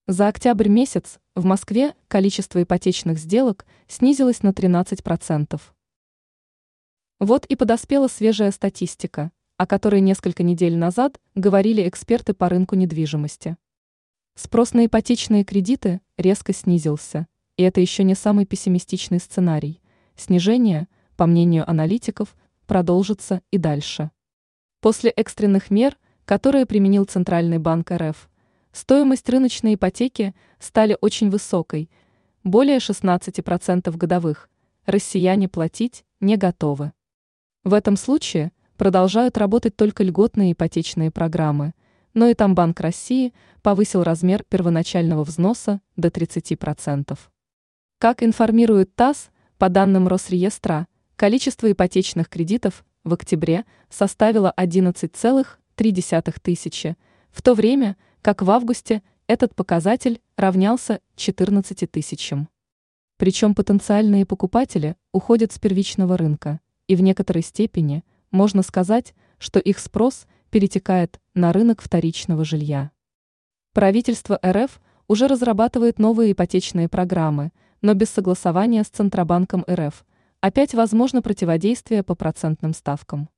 За октябрь месяц в Москве количество ипотечных сделок снизилось на 13%. Вот и подоспела свежая статистика, о которой несколько недель назад говорили эксперты по рынку недвижимости. Спрос на ипотечные кредиты резко снизился, и это еще не самый пессимистичный сценарий. Снижение, по мнению аналитиков, продолжится и дальше. После экстренных мер, которые применил Центральный банк РФ, стоимость рыночной ипотеки стали очень высокой, более 16% годовых, россияне платить не готовы. В этом случае продолжают работать только льготные ипотечные программы, но и там Банк России повысил размер первоначального взноса до 30%. Как информирует ТАСС, по данным Росреестра, количество ипотечных кредитов в октябре составило 11,3 тысячи, в то время как в августе этот показатель равнялся 14 тысячам. Причем потенциальные покупатели уходят с первичного рынка, и в некоторой степени можно сказать, что их спрос перетекает на рынок вторичного жилья. Правительство РФ уже разрабатывает новые ипотечные программы, но без согласования с Центробанком РФ. Опять возможно противодействие по процентным ставкам.